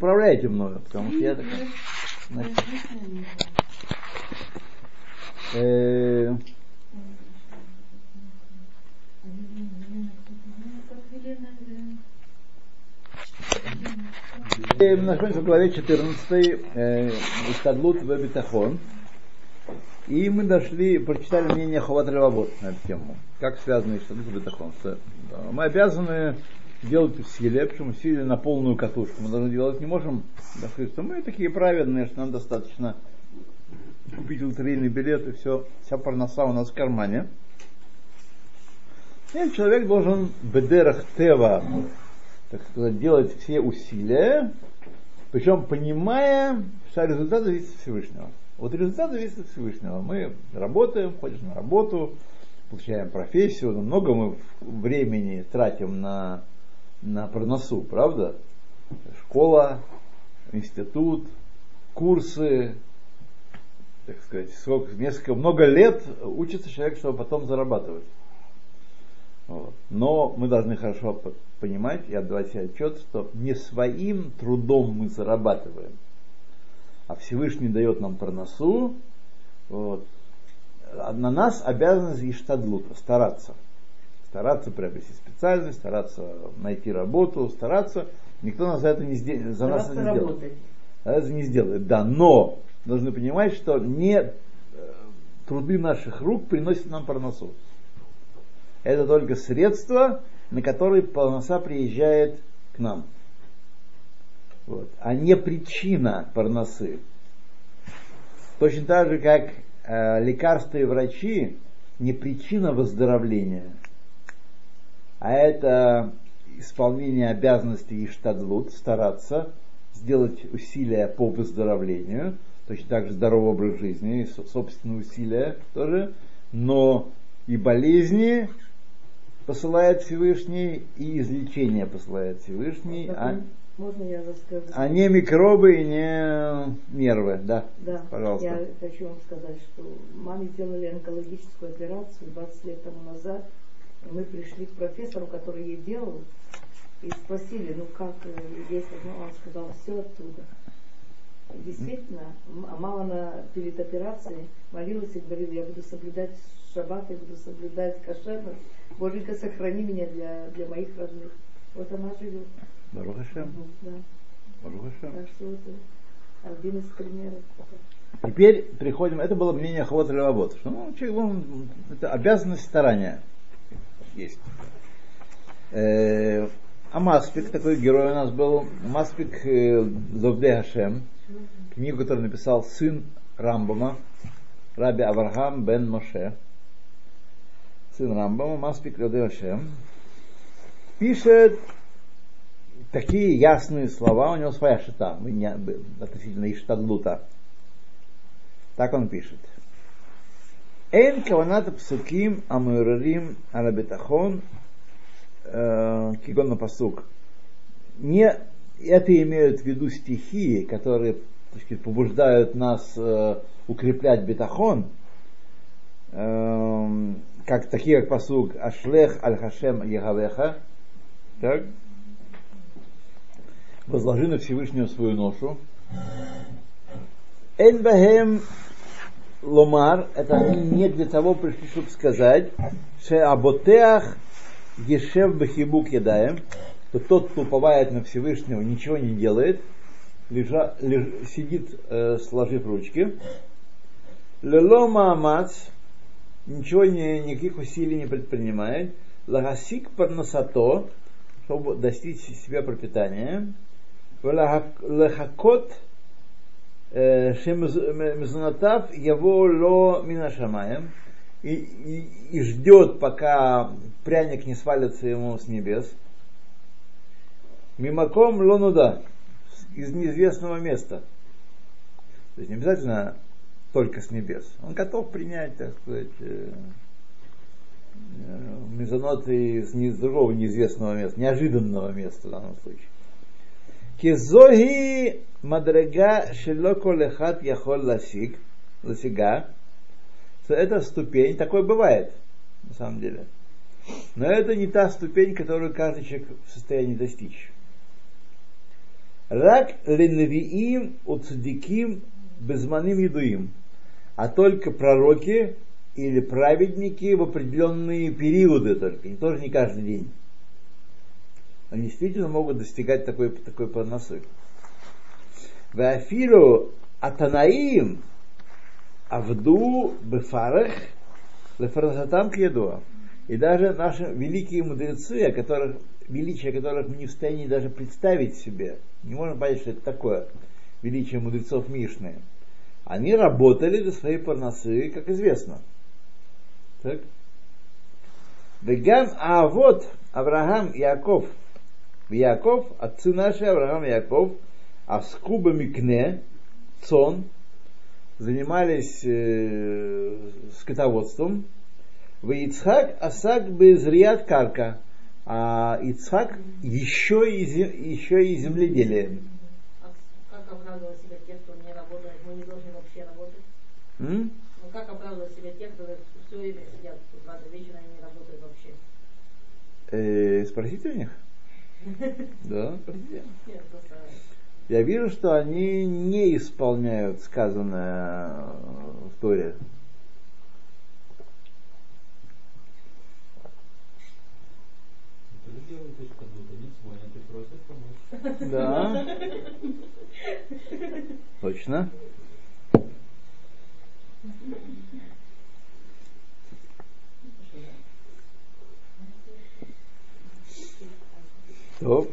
управляете мною, потому что я такой. Мы находимся в главе 14 Иштадлут ве-битахон. И мы прочитали мнение Ховат Левавот на эту тему. Как связано Иштадлут ве-битахон? Мы обязаны делать усилия, причем усилия на полную катушку. Мы должны делать, не можем, что мы такие праведные, что нам достаточно купить лотерейный билет и все, вся парноса у нас в кармане. И человек должен бедерах тева, так сказать, делать все усилия, причем понимая, что результат зависит от Всевышнего. Вот результат зависит от Всевышнего. Мы работаем, ходим на работу, получаем профессию, но много мы времени тратим на парносу, правда? Школа, институт, курсы, так сказать, много лет учится человек, чтобы потом зарабатывать. Вот. Но мы должны хорошо понимать и отдавать себе отчет, что не своим трудом мы зарабатываем, а Всевышний дает нам парносу. Вот. На нас обязанность иштадлута, стараться приобрести специальность, стараться найти работу, стараться. Никто нас за это не сделает. Это не сделает. Да, но должны понимать, что не труды наших рук приносят нам парносу. Это только средство, на которое парноса приезжает к нам. Вот. А не причина парносы. Точно так же, как лекарства и врачи не причина выздоровления, а это исполнение обязанностей иштадлут, стараться сделать усилия по выздоровлению, точно так же здоровый образ жизни, собственные усилия тоже, но и болезни посылает Всевышний, и излечение посылает Всевышний, можно я расскажу? А не микробы и не нервы. Да, пожалуйста. Я хочу вам сказать, что маме сделали онкологическую операцию 20 лет тому назад. И мы пришли к профессору, который ей делал, и спросили, как есть. Он сказал, все оттуда. И действительно, мама перед операцией молилась и говорила, я буду соблюдать шаббат, я буду соблюдать кошерность. Боженька, сохрани меня для моих родных. Вот она живет. Барух Ашем. Да. Барух Ашем. Так что это один из примеров. Теперь приходим, это было мнение Ховат Левавот, что это обязанность старания есть. А Маспик, такой герой у нас был, Маспик Зовдей Хашем, книгу, которую написал сын Рамбама, Раби Авраам бен Моше, сын Рамбама, Маспик Зовдей Хашем, пишет такие ясные слова, у него своя шита, относительно Иштадлута. Так он пишет. Эн каванат псуким амурарим ала бетахон кигон на пасук. Не это имеют в виду стихи, которые, так сказать, побуждают нас укреплять бетахон, как такие как пасук Ашлех аль-Хашем Ягавеха, так? Возложи на Всевышнего свою ношу. Эн бахем ломар, это они не для того пришли, чтобы сказать, ше аботеах ешев бахибук ядаем, что тот, кто уповает на Всевышнего, ничего не делает, сидит, сложив ручки. Лело маамац, никаких усилий не предпринимает. Лагасик парнасато, чтобы достичь себя пропитания. Лехакот шемезунатав его ло минашамаем, и ждет, пока пряник не свалится ему с небес. Мимаком лонуда, из неизвестного места. То есть не обязательно только с небес. Он готов принять, так сказать, мезонот из другого неизвестного места, неожиданного места в данном случае. Кизоги мадрега шелоко лехат яхол ласига. Это ступень, такое бывает, на самом деле. Но это не та ступень, которую каждый человек в состоянии достичь. Рак ленавиим уцдиким безманым едуим. А только пророки или праведники в определенные периоды только, и тоже не каждый день. Они действительно могут достигать такой парносы. Вафиру атанаим авду бефарах лефарнасатам кедуа. И даже наши великие мудрецы, величие которых мы не в состоянии даже представить себе, не можем понять, что это такое, величие мудрецов Мишны, они работали до своей парносы, как известно. Так? Вегам вот Авраам Яков, отцы наши Авраам и Яков, Аскуба Микне, Цон, занимались скотоводством. В Ицхак Асак Безрият Карка, а Ицхак еще и земледелием. Как оправдывать себя тех, кто не работает, мы не должны вообще работать? Ну как оправдывать себя тех, кто все время сидят с утра до вечера и не работают вообще? Спросите у них. Да, спросите. Я вижу, что они не исполняют сказанное в Торе. Да. Точно. То.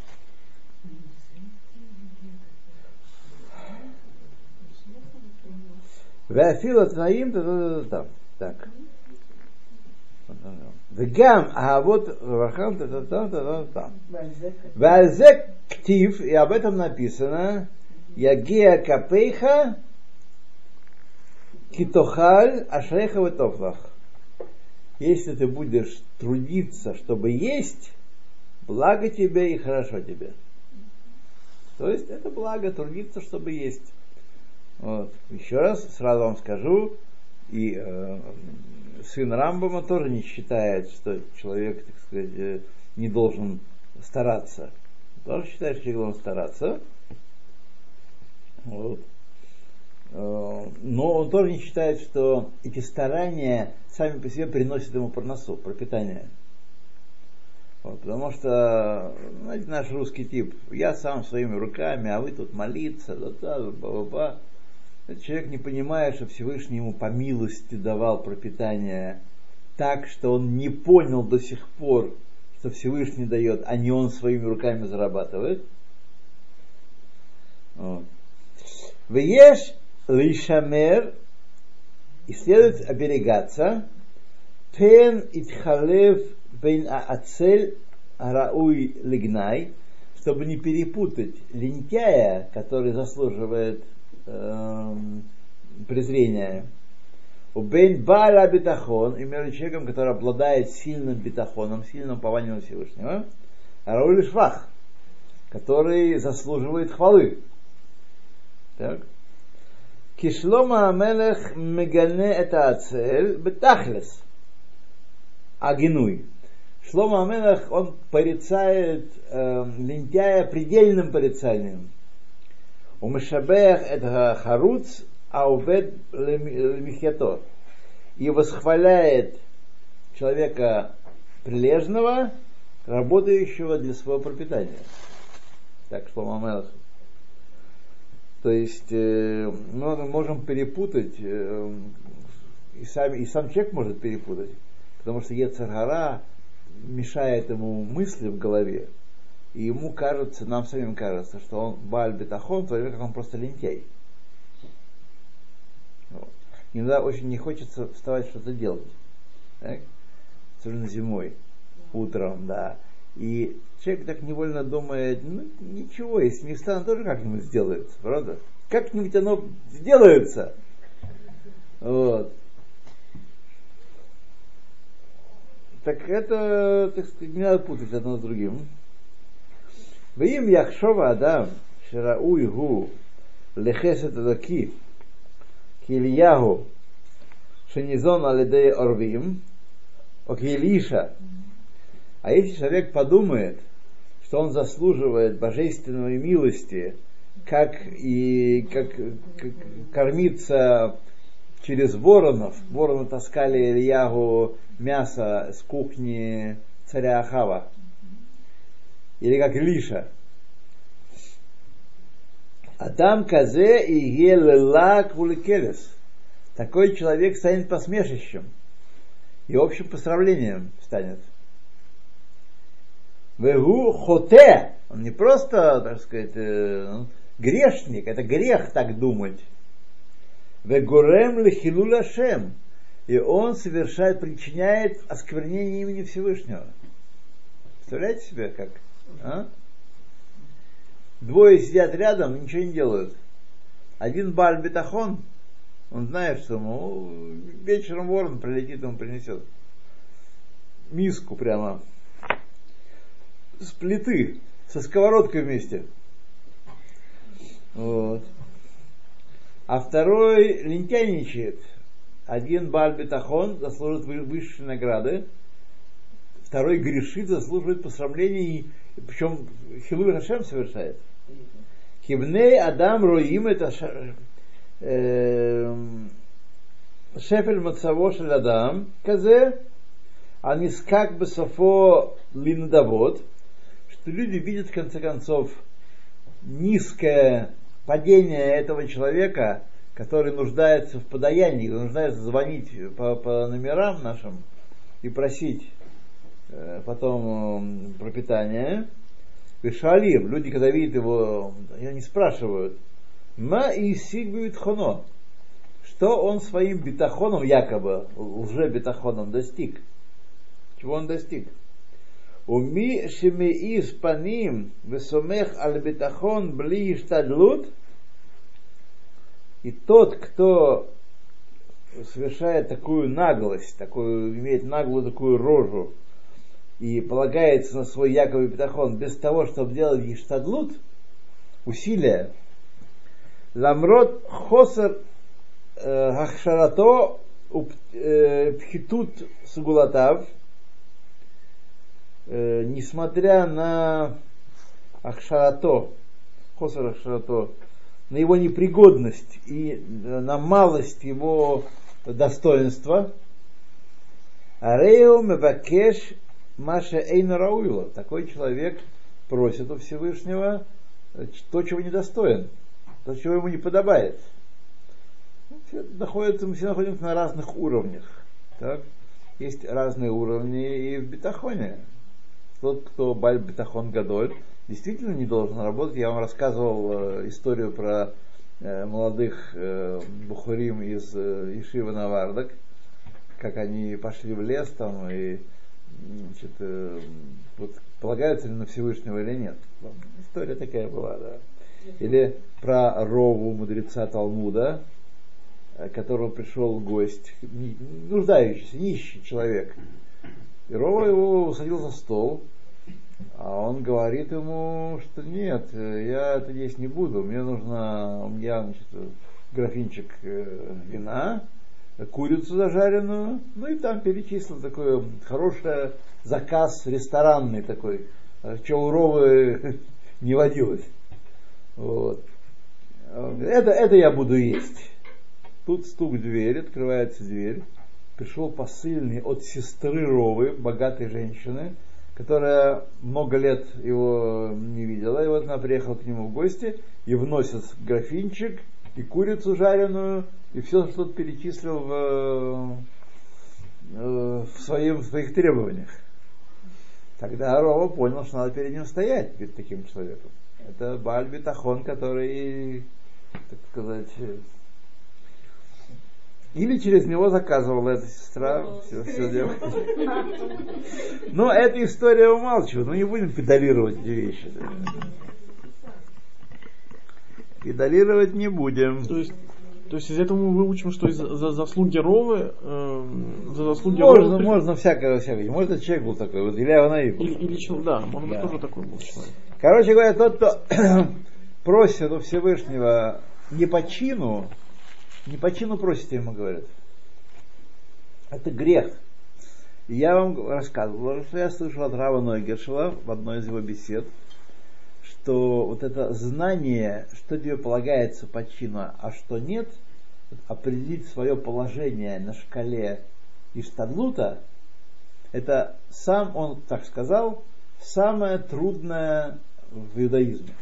Вафила твоим, так. Вегам, а вот Вахам, Вазек ктив, и об этом написано, Ягея капейха китохаль ашреха ветофлах. Если ты будешь трудиться, чтобы есть, благо тебе и хорошо тебе. То есть это благо трудиться, чтобы есть. Вот. Еще раз сразу вам скажу, и сын Рамбама тоже не считает, что человек, так сказать, не должен стараться. Тоже считает, что человек должен стараться. Вот. Но он тоже не считает, что эти старания сами по себе приносят ему парносу, пропитание. Вот, потому что, знаете, наш русский тип, я сам своими руками, а вы тут молиться, ба-ба-ба. Этот человек не понимает, что Всевышний ему по милости давал пропитание так, что он не понял до сих пор, что Всевышний дает, а не он своими руками зарабатывает. Вот. Вееш лишамер, и следует оберегаться, пен итхалев бен аацель рауй лигнай, чтобы не перепутать лентяя, который заслуживает презрения, у бен баала битахон, и между человеком, который обладает сильным битахоном, сильным упованием Всевышнего, рауй лишвах, который заслуживает хвалы. Так. Кишлома амелех мегане это ацель бетахлес агинуй. Шлома Амелех, он порицает лентяя предельным порицанием. У Мешабех это харуц, а увед лемихьято. И восхваляет человека прилежного, работающего для своего пропитания. Так, Шлома Амелех. То есть мы можем перепутать, и сам человек может перепутать, потому что Йецер Гара мешает ему мысли в голове, и ему кажется, нам самим кажется, что он Бааль Бетахон, в то время как он просто лентяй. Вот. Иногда очень не хочется вставать что-то делать. Так? Особенно зимой, утром, да. И человек так невольно думает, ну ничего, если не встану, тоже как-нибудь сделается, правда? Как-нибудь оно сделается. Вот. Так это, так сказать, не надо путать одно с другим. Ваим яхшова адам ширауй гу лехесет адаки кильяху шенизон алидей орвим окилиша. А если человек подумает, что он заслуживает божественной милости, как кормиться через воронов. Вороны таскали Ильягу мясо с кухни царя Ахава. Или как Илиша. Адам казе и елелак вуликелес. Такой человек станет посмешищем и общим поздравлением станет. Вегу хоте. Он не просто, так сказать, грешник, это грех так думать. Вегурем лехилу Ашем. И он причиняет осквернение имени Всевышнего. Представляете себе как? А? Двое сидят рядом, ничего не делают. Один Бааль Битахон, он знает, что вечером ворон прилетит, ему принесет миску прямо с плиты, со сковородкой вместе. Вот. А второй лентяйничает. Один Бааль Битахон заслуживает высшей награды, второй грешит, заслуживает посрамления, причем Хилуй Хашем совершает. Кибней Адам Роим это Шефель Мацаво Шель Адам Казе, а нискак Бесофо Линдавод, что люди видят в конце концов низкое падение этого человека, который нуждается в подаянии, нуждается звонить по номерам нашим и просить потом пропитание. Вишалим, люди, когда видят его, они спрашивают, ма и сигбит хоно, что он своим битахоном, якобы лже-битахоном достиг. Чего он достиг? Уми шемеиз паним весомех аль-битахон бли штадлут. И тот, кто совершает такую наглость, имеет наглую такую рожу и полагается на свой якобы битахон без того, чтобы делать ештадлут, усилия, ламрот хосер хахшарато пхитут сугулатав, несмотря на ахшарато, хосер ахшарато, на его непригодность и на малость его достоинства, арео мевакеш маша эйна рауила. Такой человек просит у Всевышнего то, чего недостоин, то, чего ему не подобает. Мы все находимся на разных уровнях. Так? Есть разные уровни и в битахоне. Тот, кто баль битахон гадоль, действительно не должен работать. Я вам рассказывал историю про молодых бухурим из Ешивы Навардак, как они пошли в лес там и полагаются ли на Всевышнего или нет. История такая была, да. Или про Рову, мудреца Талмуда, к которому пришел гость, нуждающийся, нищий человек. И Рова его усадил за стол, а он говорит ему, что нет, я это есть не буду, мне нужно, графинчик вина, курицу зажаренную, ну и там перечислил такой хороший заказ ресторанный такой, что у Ровы не водилось. Вот. Это я буду есть. Тут стук в дверь, открывается дверь. Пришел посыльный от сестры Ровы, богатой женщины, которая много лет его не видела. И вот она приехала к нему в гости и вносит графинчик и курицу жареную, и все, что тот перечислил в своих требованиях. Тогда Рова понял, что надо перед ним стоять, перед таким человеком. Это Бааль Битахон, который, так сказать, или через него заказывала эта сестра, все делает. Но эта история умалчивает, мы не будем педалировать эти вещи. Педалировать не будем. То есть из этого мы выучим, что за заслуги Ровы, Ровы... Можно всякое. Может, этот человек был такой, вот Илья Ванаик. Может быть, тоже такой был человек. Короче говоря, тот, кто просит у Всевышнего не по чину просите ему, говорят. Это грех. И я вам рассказывал, что я слышал от Рава Нойгершела в одной из его бесед, что вот это знание, что тебе полагается по чину, а что нет, определить свое положение на шкале Иштадлута, это сам, он так сказал, самое трудное в иудаизме.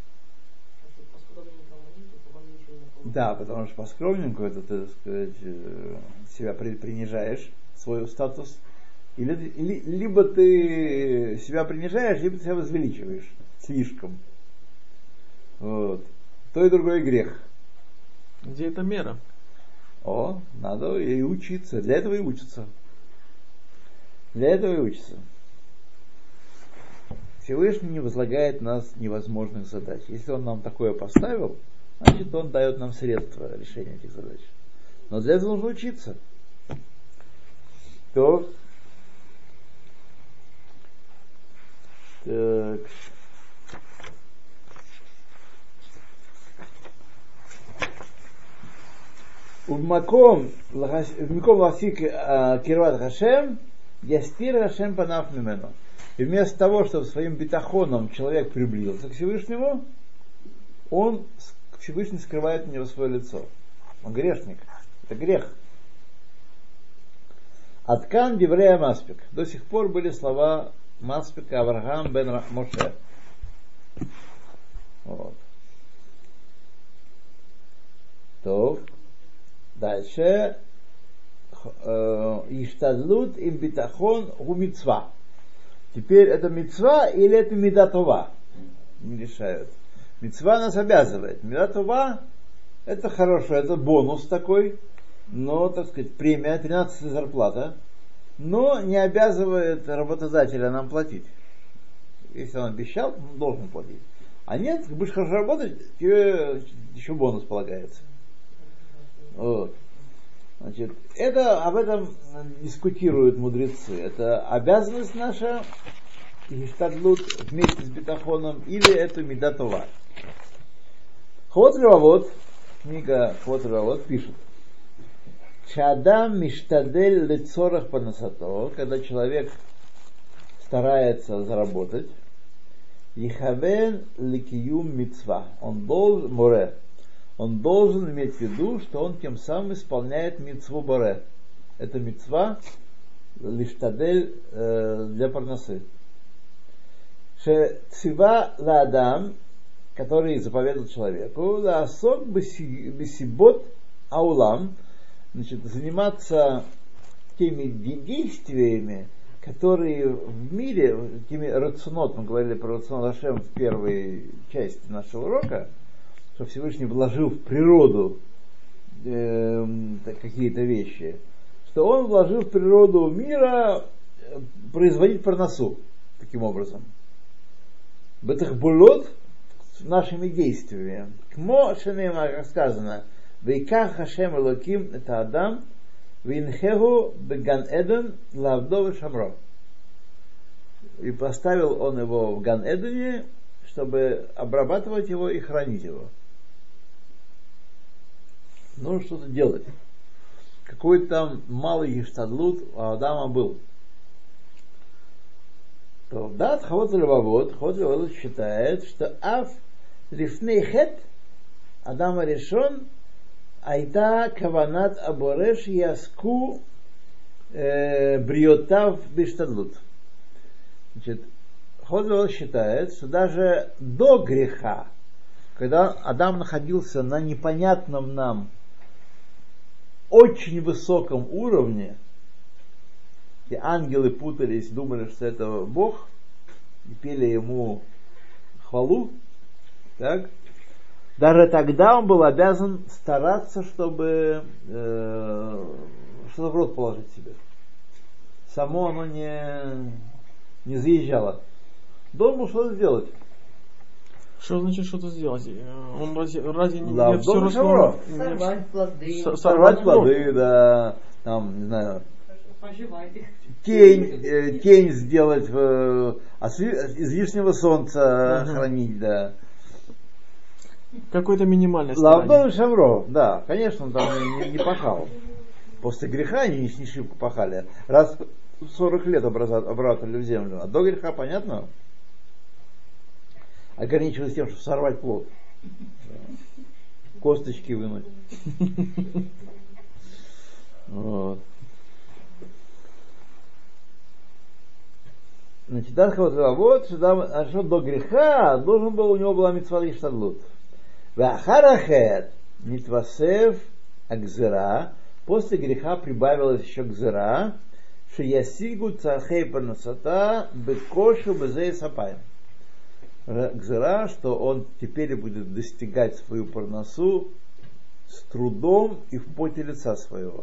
Да, потому что по-скромненькому это, так сказать, себя принижаешь, свой статус, либо ты себя принижаешь, либо ты себя возвеличиваешь слишком. Вот. То и другой грех. Где эта мера? Надо и учиться. Для этого и учатся. Для этого и учатся. Всевышний не возлагает на нас невозможных задач. Если он нам такое поставил, значит он дает нам средства решения этих задач. Но для этого нужно учиться. Так. В маком ласик кирват Хашем ястир Хашем панав мимену. И вместо того, чтобы своим битахоном человек приблизился к Всевышнему, Всевышний скрывает у него свое лицо. Он грешник. Это грех. Аткан Деврея Маспик. До сих пор были слова Маспика Авраам бен Моше. Вот. То. Дальше. Иштадлут им битахон гу мицва. Теперь это мицва или это мидатова? Не решают. Мицва нас обязывает. Мидатова это хорошо, это бонус такой, но, так сказать, премия, 13-я зарплата, но не обязывает работодателя нам платить. Если он обещал, он должен платить. А нет, будешь хорошо работать, тебе еще бонус полагается. Вот. Значит, об этом дискутируют мудрецы. Это обязанность наша, иштадлут вместе с битахоном, или это мидатова. Хвот Левавот, книга Хвот Левавот пишет: Чадам миштадель лецорах панасато, когда человек старается заработать, Ихавен ликиюм мицва, он должен иметь в виду, что он тем самым исполняет мицву боре. Это мицва лиштадель для парнасы. Ше цива ладам, который заповедал человеку, лаасок бесибот аулам, значит, заниматься теми действиями, которые в мире, теми рацунот, мы говорили про рацунот Ашем в первой части нашего урока, что Всевышний вложил в природу какие-то вещи, что он вложил в природу мира производить парнасу таким образом. Бетахбулот нашими действиями. Кмо шенема, как сказано, вейках Хашем Элоким это Адам, винхегу беган Эден лавдов шамро. И поставил он его в Ган Эдене, чтобы обрабатывать его и хранить его. Нужно что-то делать. Какой там малый иштадлут у Адама был. То дат Хавот Левавот считает, что Аф лифней хет Адама решен айта каванат абореш яску бриотав биштадлут. Значит, Хавот Левавот считает, что даже до греха, когда Адам находился на непонятном нам очень высоком уровне, и ангелы путались, думали, что это Бог, и пели ему хвалу, так? Даже тогда он был обязан стараться, чтобы что-то в рот положить себе. Само оно не заезжало. Должен был что-то сделать. Что значит что-то сделать? Он разве не да, все равно... Сорвать плоды. Сорвать плоды, да. Там, не знаю. Тень сделать, излишнего солнца хранить, да. Какой-то минимальный Лавдон и Шавро, да, конечно, он там не пахал. После греха они не шибко пахали. Раз 40 лет обрабатывали в землю. А до греха, понятно, ограничивалось тем, что сорвать плод. Косточки вынуть. Вот. Значит, вот что до греха должен был, у него была митцва иштадлут. Вахарахет митвасев акзера. После греха прибавилась еще гзера, что ясигу цархей парнасата бекошу безей сапаем. Гзера, что он теперь будет достигать свою парнасу с трудом и в поте лица своего.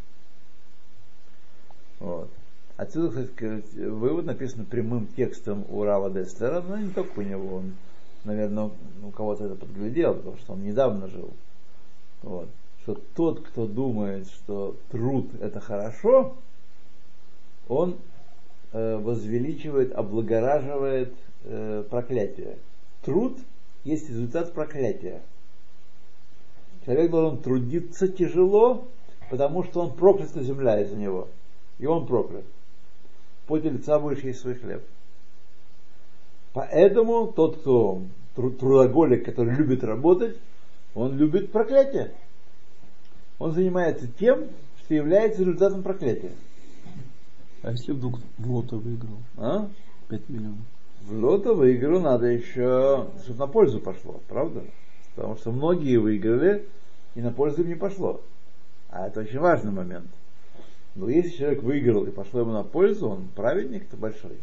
Вот. Отсюда, кстати, вывод написан прямым текстом у Рава Деслера, но не только у него, он, наверное, у кого-то это подглядел, потому что он недавно жил. Вот. Что тот, кто думает, что труд это хорошо, он возвеличивает, облагораживает проклятие. Труд есть результат проклятия. Человек должен трудиться тяжело, потому что он проклята земля из-за него. И он проклят. В поте лица будешь есть свой хлеб. Поэтому тот, кто трудоголик, который любит работать, он любит проклятие. Он занимается тем, что является результатом проклятия. А если вдруг в лото выиграл? 5 миллионов. В лото выиграл надо еще, чтобы на пользу пошло, правда? Потому что многие выиграли, и на пользу им не пошло. А это очень важный момент. Но если человек выиграл и пошло ему на пользу, он праведник-то большой.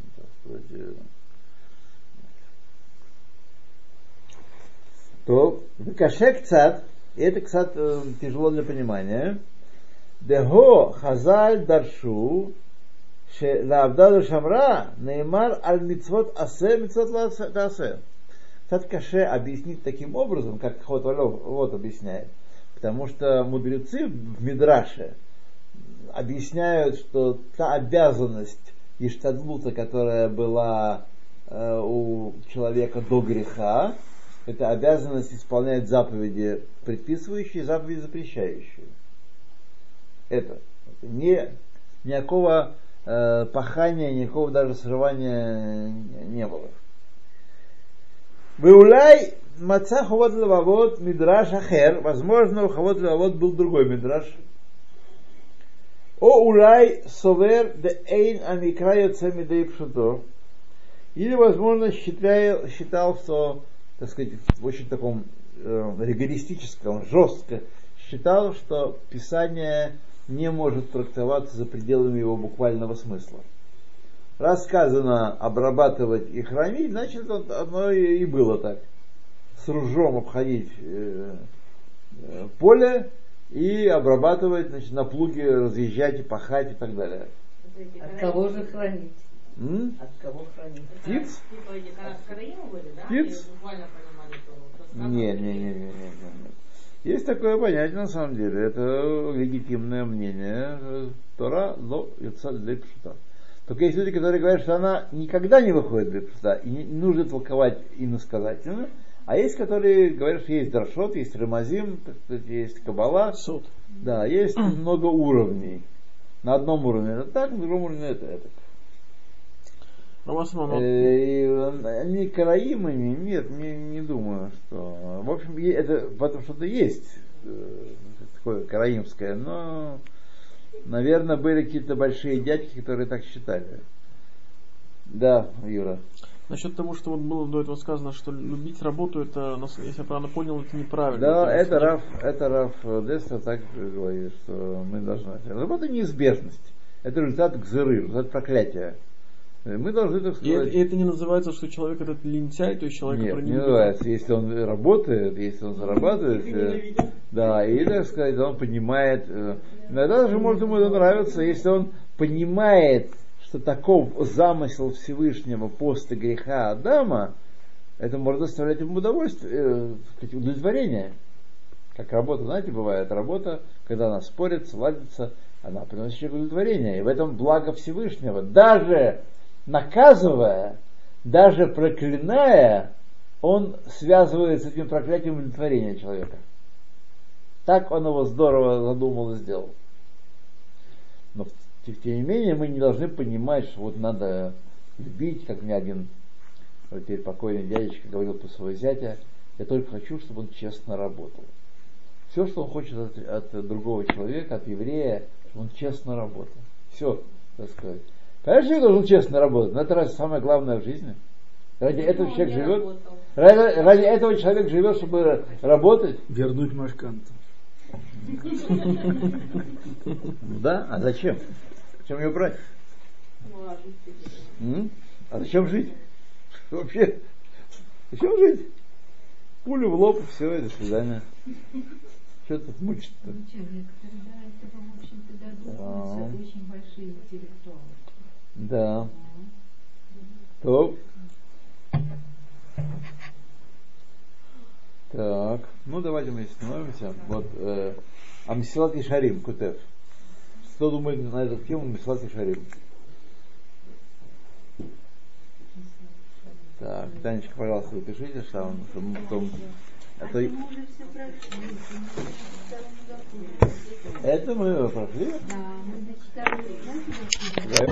То кашек цад, и это, кстати, тяжело для понимания. Дего хазаль даршу лавдаду шамра неймар аль мицвот асе мицвот лаасе. Кстати, каше объяснить таким образом, как Хот вот объясняет. Потому что мудрецы в Мидраше объясняют, что та обязанность иштадлута, которая была у человека до греха, это обязанность исполнять заповеди предписывающие, заповеди запрещающие. Это никакого пахания, никакого даже срывания не было. Выуляй маца хавот лававот мидраш ахер. Возможно, у хавот лававот был другой мидраш. О улай совер де эйн амикрая цемидей пшуто. Или, возможно, считал, что, так сказать, в очень таком ригористическом, жестко считал, что Писание не может трактоваться за пределами его буквального смысла. Раз сказано обрабатывать и хранить, значит, оно и было так. С ружом обходить поле и обрабатывать, значит, на плуге разъезжать и пахать и так далее. От кого же хранить? От кого хранить? Птиц? Птиц? Нет. Есть такое понятие на самом деле. Это легитимное мнение. Тора ло яцад лей пшута. Только есть люди, которые говорят, что она никогда не выходит лей пшута, и не нужно толковать иносказательно. А есть, которые говорят, что есть даршот, есть ремазим, есть каббала. Суд. Да, есть много уровней. На одном уровне это так, на другом уровне это. Они караимами, нет, не думаю, что. В общем, это в этом что-то есть такое караимское, но, наверное, были какие-то большие дядьки, которые так считали. Да, Юра. Насчет того, что вот было до этого сказано, что любить работу, это, если я правильно понял, это неправильно. Да, это Рав Деслер так говорит, что мы должны. Работа неизбежность. Это результат гзыры, результат проклятия. Мы должны, так сказать. И это не называется, что человек этот лентяй, то есть человек, нет, который не называется. Если он работает, если он зарабатывает, да, и, так сказать, он понимает. Иногда даже может ему это нравиться, если он понимает, что таков замысел Всевышнего после греха Адама, это может доставлять ему удовольствие, удовлетворение. Как работа, знаете, бывает работа, когда она спорится, ладится, она приносит человеку удовлетворение. И в этом благо Всевышнего. Даже наказывая, даже проклиная, он связывает с этим проклятием удовлетворение человека. Так он его здорово задумал и сделал. Но Тем не менее, мы не должны понимать, что вот надо любить, как мне один вот теперь покойный дядечка говорил по своему зятя, я только хочу, чтобы он честно работал. Все, что он хочет от другого человека, от еврея, чтобы он честно работал. Все, так сказать. Конечно, человек должен честно работать, но это разве самое главное в жизни? Ради этого человек живет? Ради этого человек живет, чтобы работать? Вернуть Машканту. Да? А зачем? Зачем ее брать? А зачем жить? Вообще, зачем жить? Пулю в лоб, и все, и до свидания. Что тут мучиться-то? Некоторые до этого, в общем-то, додумываются очень большие интеллектуалы. Да. То. Так, ну давайте мы остановимся. Вот Амсилат Ишарим, Кутев. Что думает на эту тему Амсилат Ишарим? Так, Танечка, пожалуйста, запишите, что мы потом... Это мы уже прошли? Да, мы дочитали.